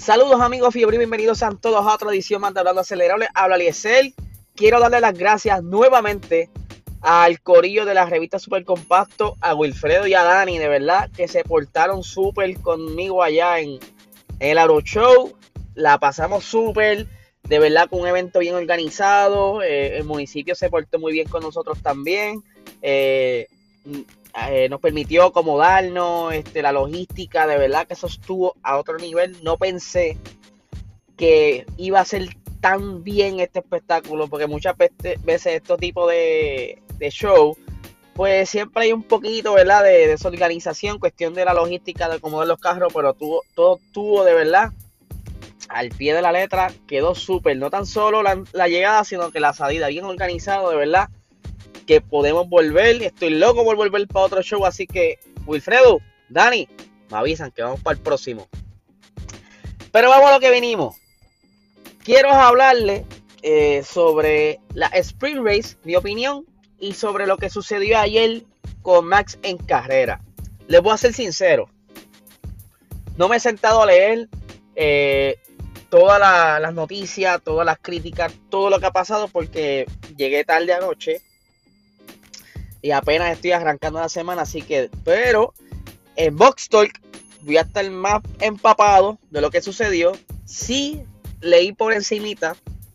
Saludos amigos Fiebre, bienvenidos a todos a otra edición más de Hablando Acelerable. Habla Eliezer. Quiero darle las gracias nuevamente al corillo de la revista Super Compacto, a Wilfredo y a Dani, de verdad que se portaron súper conmigo allá en el Aero Show. La pasamos súper, de verdad, con un evento bien organizado. El municipio se portó muy bien con nosotros también. Nos permitió acomodarnos, la logística, de verdad que eso estuvo a otro nivel. No pensé que iba a ser tan bien este espectáculo, porque muchas veces estos tipos de show, pues siempre hay un poquito, ¿verdad?, de desorganización, cuestión de la logística, de acomodar los carros, pero todo tuvo de verdad al pie de la letra, quedó súper, no tan solo la llegada, sino que la salida, bien organizado, de verdad, que podemos volver. Estoy loco por volver para otro show, así que Wilfredo, Dani, me avisan que vamos para el próximo. Pero vamos a lo que venimos. Quiero hablarle sobre la Sprint Race, mi opinión, y sobre lo que sucedió ayer con Max en carrera. Les voy a ser sincero, no me he sentado a leer todas las noticias, todas las críticas, todo lo que ha pasado, porque llegué tarde anoche y apenas estoy arrancando la semana, así que, pero en Box Talk voy a estar más empapado de lo que sucedió. Sí leí por encimita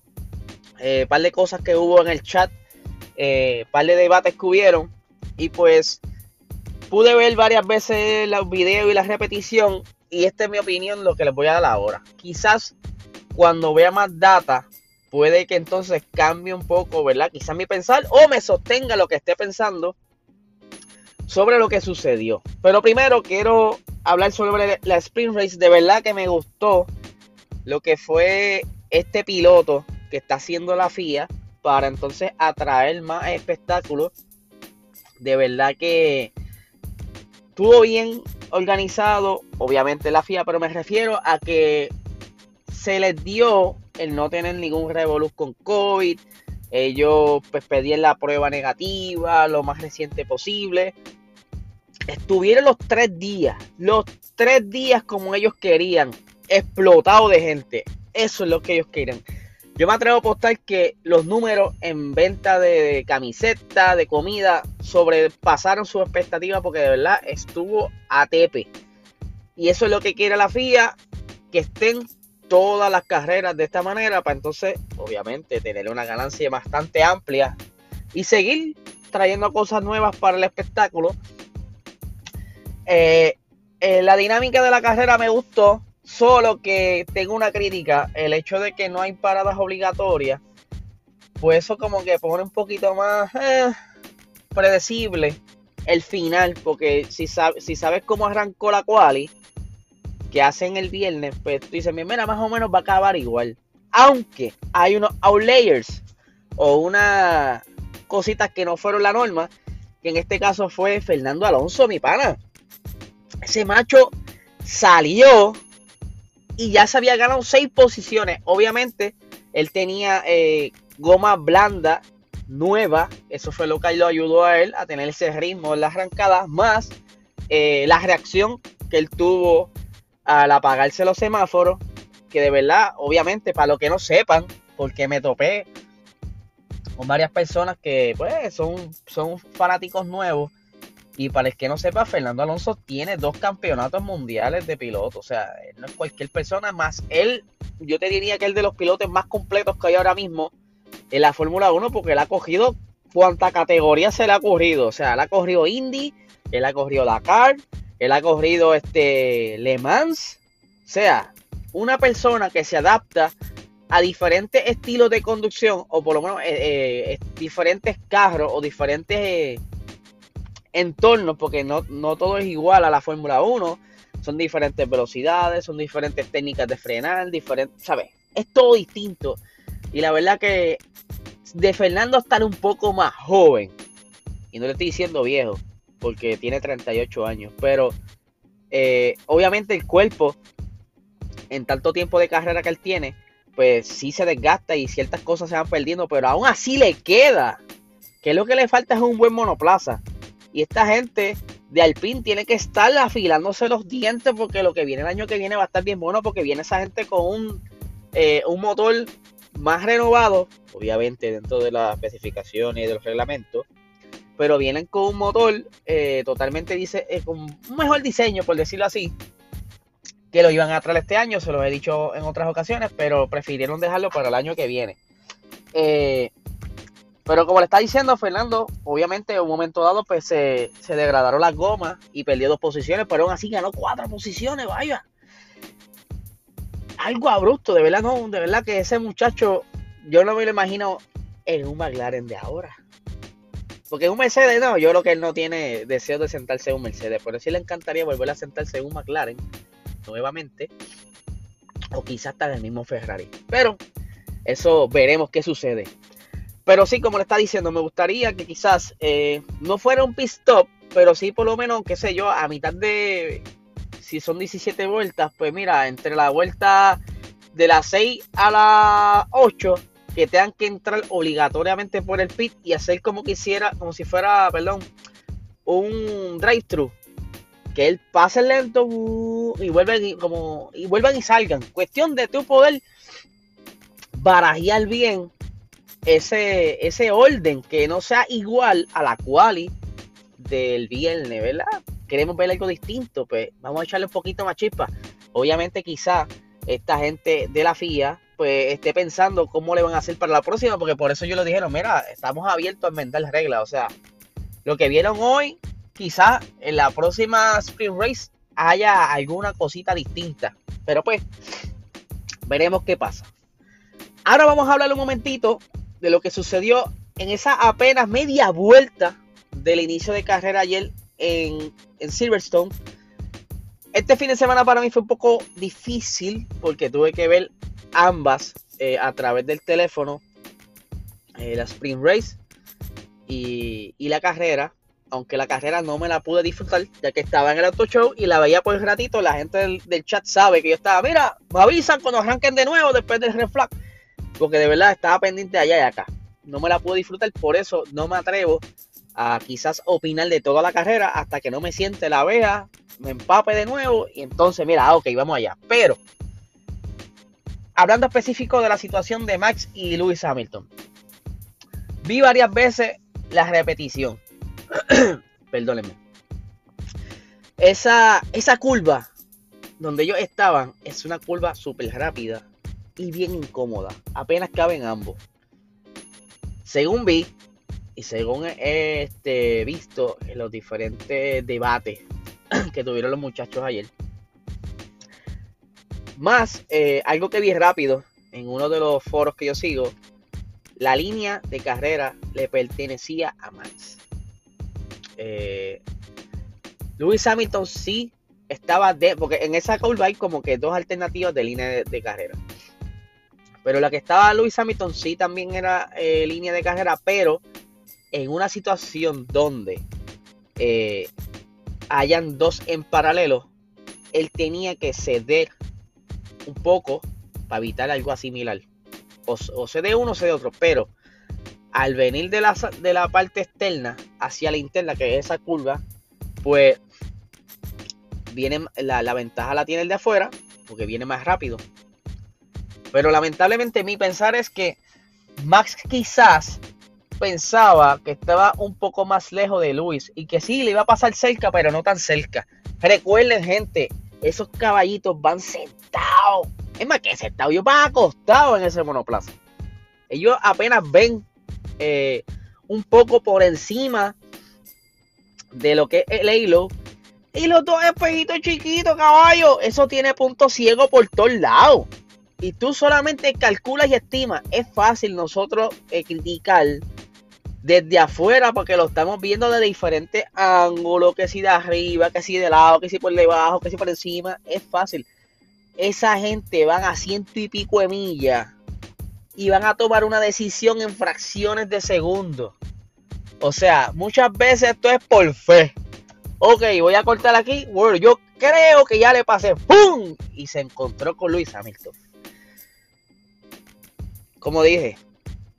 par de cosas que hubo en el chat, par de debates que hubieron, y pues pude ver varias veces los videos y la repetición, y esta es mi opinión, lo que les voy a dar ahora. Quizás cuando vea más data, puede que entonces cambie un poco, ¿verdad? Quizás mi pensar, o me sostenga lo que esté pensando sobre lo que sucedió. Pero primero quiero hablar sobre la Sprint Race. De verdad que me gustó lo que fue este piloto que está haciendo la FIA para entonces atraer más espectáculos. De verdad que estuvo bien organizado, obviamente la FIA, pero me refiero a que se les dio el no tener ningún revolú con COVID. Ellos pues pedían la prueba negativa lo más reciente posible. Estuvieron los 3 días como ellos querían, explotado de gente. Eso es lo que ellos querían. Yo me atrevo a apostar que los números en venta de camisetas, de comida, sobrepasaron sus expectativas, porque de verdad estuvo a tepe. Y eso es lo que quiere la FIA, que estén todas las carreras de esta manera, para entonces, obviamente, tener una ganancia bastante amplia y seguir trayendo cosas nuevas para el espectáculo. La dinámica de la carrera me gustó, solo que tengo una crítica: el hecho de que no hay paradas obligatorias, pues eso como que pone un poquito más predecible el final, porque si sabes cómo arrancó la quali que hacen el viernes, pues tú dices, mira, más o menos va a acabar igual, aunque hay unos outliers o unas cositas que no fueron la norma, que en este caso fue Fernando Alonso, mi pana. Ese macho salió y ya se había ganado 6 posiciones. Obviamente él tenía goma blanda nueva, eso fue lo que lo ayudó a él a tener ese ritmo en las arrancadas, más la reacción que él tuvo al apagarse los semáforos, que de verdad, obviamente, para los que no sepan, porque me topé con varias personas que pues son fanáticos nuevos, y para el que no sepa, Fernando Alonso tiene 2 campeonatos mundiales de piloto. O sea, él no es cualquier persona, más él, yo te diría que es de los pilotos más completos que hay ahora mismo en la Fórmula 1, porque él ha cogido cuánta categoría se le ha ocurrido. O sea, él ha corrido Indy, él ha corrido Dakar, él ha corrido Le Mans. O sea, una persona que se adapta a diferentes estilos de conducción, o por lo menos diferentes carros o diferentes entornos, porque no todo es igual a la Fórmula 1. Son diferentes velocidades, son diferentes técnicas de frenar, ¿sabes? Es todo distinto. Y la verdad que de Fernando estar un poco más joven, y no le estoy diciendo viejo, porque tiene 38 años, pero obviamente el cuerpo, en tanto tiempo de carrera que él tiene, pues sí se desgasta y ciertas cosas se van perdiendo, pero aún así le queda, que lo que le falta es un buen monoplaza. Y esta gente de Alpine tiene que estar afilándose los dientes porque lo que viene el año que viene va a estar bien bueno porque viene esa gente con un motor más renovado, obviamente dentro de las especificaciones y de los reglamentos, pero vienen con un motor totalmente con un mejor diseño, por decirlo así, que lo iban a traer este año, se los he dicho en otras ocasiones, pero prefirieron dejarlo para el año que viene. Pero como le está diciendo Fernando, obviamente en un momento dado pues se degradaron las gomas y perdió 2 posiciones, pero aún así ganó 4 posiciones, vaya. Algo abrupto, de verdad no, de verdad que ese muchacho, yo no me lo imagino en un McLaren de ahora. Porque en un Mercedes no, yo creo que él no tiene deseo de sentarse en un Mercedes, pero sí le encantaría volver a sentarse en un McLaren nuevamente, o quizás hasta en el mismo Ferrari. Pero eso veremos qué sucede. Pero sí, como le está diciendo, me gustaría que quizás no fuera un pit stop, pero sí por lo menos, qué sé yo, a mitad de, si son 17 vueltas, pues mira, entre la vuelta de las 6 a las 8, que tengan que entrar obligatoriamente por el pit y hacer como si fuera, un drive-thru. Que él pase lento y vuelvan y salgan. Cuestión de tu poder barajear bien ese orden, que no sea igual a la quali del viernes, ¿verdad? Queremos ver algo distinto, pues vamos a echarle un poquito más chispa. Obviamente quizá esta gente de la FIA pues esté pensando cómo le van a hacer para la próxima, porque por eso yo les dijeron, mira, estamos abiertos a enmendar las reglas, o sea, lo que vieron hoy, quizás en la próxima Sprint Race haya alguna cosita distinta, pero pues veremos qué pasa. Ahora vamos a hablar un momentito de lo que sucedió en esa apenas media vuelta del inicio de carrera ayer en Silverstone. Este fin de semana para mí fue un poco difícil porque tuve que ver ambas a través del teléfono, la Sprint Race y la carrera, aunque la carrera no me la pude disfrutar ya que estaba en el auto show y la veía por un ratito. La gente del chat sabe que yo estaba, mira, me avisan cuando arranquen de nuevo después del red flag, porque de verdad estaba pendiente de allá y acá. No me la pude disfrutar, por eso no me atrevo a quizás opinar de toda la carrera hasta que no me siente, la vea, me empape de nuevo y entonces mira, ok, vamos allá. Pero hablando específico de la situación de Max y Lewis Hamilton, vi varias veces la repetición. Perdónenme. Esa curva donde ellos estaban es una curva súper rápida y bien incómoda. Apenas caben ambos. Según vi y según he visto en los diferentes debates que tuvieron los muchachos ayer, más algo que vi rápido en uno de los foros que yo sigo, la línea de carrera le pertenecía a Max. Lewis Hamilton sí estaba porque en esa curva hay como que 2 alternativas de línea de carrera, pero la que estaba Lewis Hamilton sí también era línea de carrera, pero en una situación donde hayan 2 en paralelo, él tenía que ceder un poco para evitar algo similar, o cede uno o cede otro, pero al venir de la parte externa hacia la interna, que es esa curva, pues viene la ventaja la tiene el de afuera, porque viene más rápido. Pero lamentablemente mi pensar es que Max quizás pensaba que estaba un poco más lejos de Lewis y que sí le iba a pasar cerca, pero no tan cerca. Recuerden, gente, esos caballitos van sentados. Es más que sentados, ellos van acostados en ese monoplaza. Ellos apenas ven un poco por encima de lo que es el halo. Y los 2 espejitos chiquitos, caballo, eso tiene punto ciego por todos lados. Y tú solamente calculas y estimas. Es fácil nosotros criticar desde afuera porque lo estamos viendo de diferentes ángulos, que si de arriba, que si de lado, que si por debajo, que si por encima. Es fácil. Esa gente van a 100 y pico de millas y van a tomar una decisión en fracciones de segundos. O sea, muchas veces esto es por fe. Ok, voy a cortar aquí. Bueno, yo creo que ya le pasé. ¡Pum! Y se encontró con Lewis Hamilton. Como dije,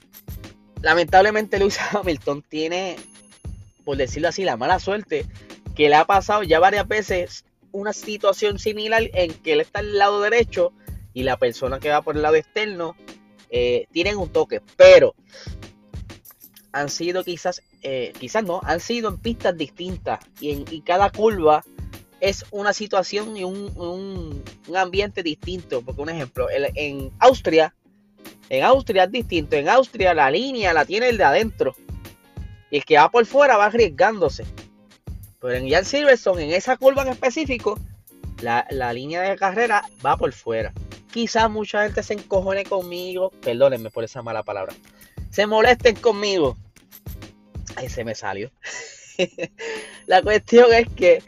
lamentablemente Lewis Hamilton tiene, por decirlo así, la mala suerte que le ha pasado ya varias veces una situación similar en que él está al lado derecho y la persona que va por el lado externo tienen un toque, pero han sido quizás no, han sido en pistas distintas y cada curva es una situación y un ambiente distinto. Porque un ejemplo, en Austria es distinto. En Austria la línea la tiene el de adentro y el que va por fuera va arriesgándose. Pero en Silverstone, en esa curva en específico, la línea de carrera va por fuera. Quizás mucha gente se encojone conmigo, perdónenme por esa mala palabra, se molesten conmigo. Ahí se me salió. La cuestión es que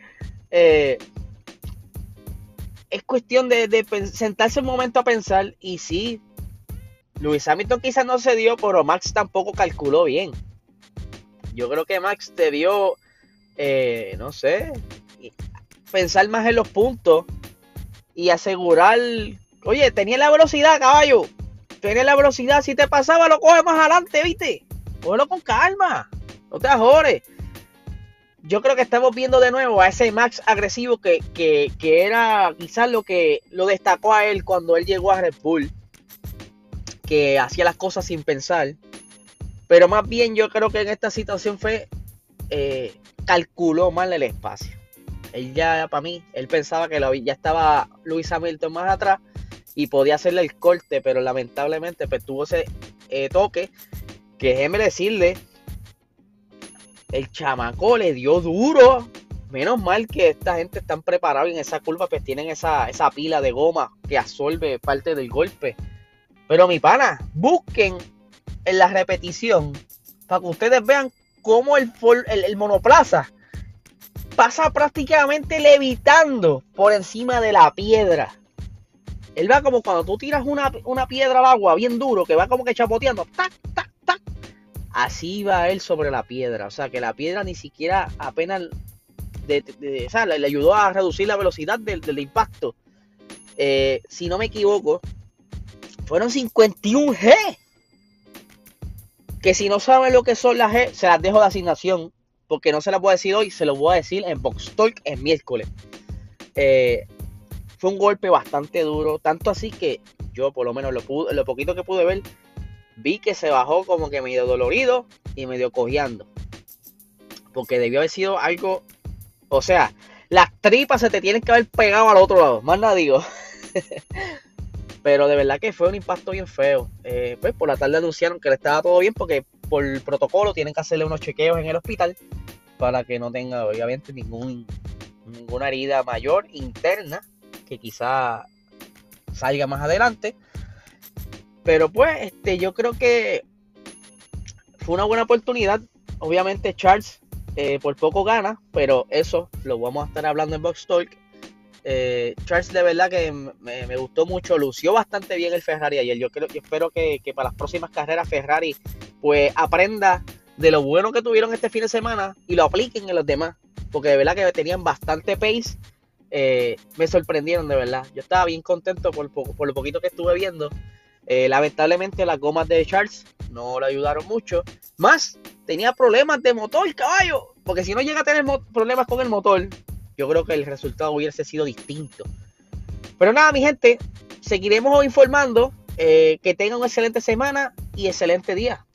es cuestión de sentarse un momento a pensar. Y sí, Lewis Hamilton quizás no se dio, pero Max tampoco calculó bien. Yo creo que Max debió, no sé, pensar más en los puntos y asegurar, oye, tenía la velocidad, caballo, tenía la velocidad, si te pasaba lo coge más adelante, ¿viste? Cógelo con calma, no te ajores. Yo creo que estamos viendo de nuevo a ese Max agresivo que era quizás lo que lo destacó a él cuando él llegó a Red Bull, que hacía las cosas sin pensar. Pero más bien yo creo que en esta situación fue calculó mal el espacio. Él ya, para mí, él pensaba que ya estaba Lewis Hamilton más atrás y podía hacerle el corte, pero lamentablemente pues, tuvo ese toque que déjeme decirle, el chamaco le dio duro. Menos mal que esta gente están preparados y en esa curva pues tienen esa pila de goma que absorbe parte del golpe. Pero mi pana, busquen en la repetición para que ustedes vean cómo el monoplaza pasa prácticamente levitando por encima de la piedra. Él va como cuando tú tiras una piedra al agua bien duro, que va como que chapoteando, tac, tac, tac. Así va él sobre la piedra. O sea, que la piedra ni siquiera apenas o sea, le ayudó a reducir la velocidad del impacto. Si no me equivoco, fueron 51 G. Que si no saben lo que son las G, se las dejo de asignación. Porque no se las voy a decir hoy, se lo voy a decir en Box Talk el miércoles. Fue un golpe bastante duro. Tanto así que yo, por lo menos, lo poquito que pude ver, vi que se bajó como que medio dolorido y medio cojeando. Porque debió haber sido algo. O sea, las tripas se te tienen que haber pegado al otro lado. Más nada digo. Pero de verdad que fue un impacto bien feo. Pues por la tarde anunciaron que le estaba todo bien porque por el protocolo tienen que hacerle unos chequeos en el hospital para que no tenga obviamente ninguna herida mayor interna que quizá salga más adelante. Pero pues yo creo que fue una buena oportunidad. Obviamente Charles por poco gana, pero eso lo vamos a estar hablando en Box Talk. Charles de verdad que me gustó mucho, lució bastante bien el Ferrari ayer. Yo espero que para las próximas carreras Ferrari pues aprenda de lo bueno que tuvieron este fin de semana y lo apliquen en los demás, porque de verdad que tenían bastante pace. Me sorprendieron de verdad, yo estaba bien contento por lo poquito que estuve viendo. Lamentablemente las gomas de Charles no le ayudaron mucho, más tenía problemas de motor, caballo, porque si no llega a tener problemas con el motor, yo creo que el resultado hubiese sido distinto. Pero nada, mi gente, seguiremos informando. Que tengan una excelente semana y excelente día.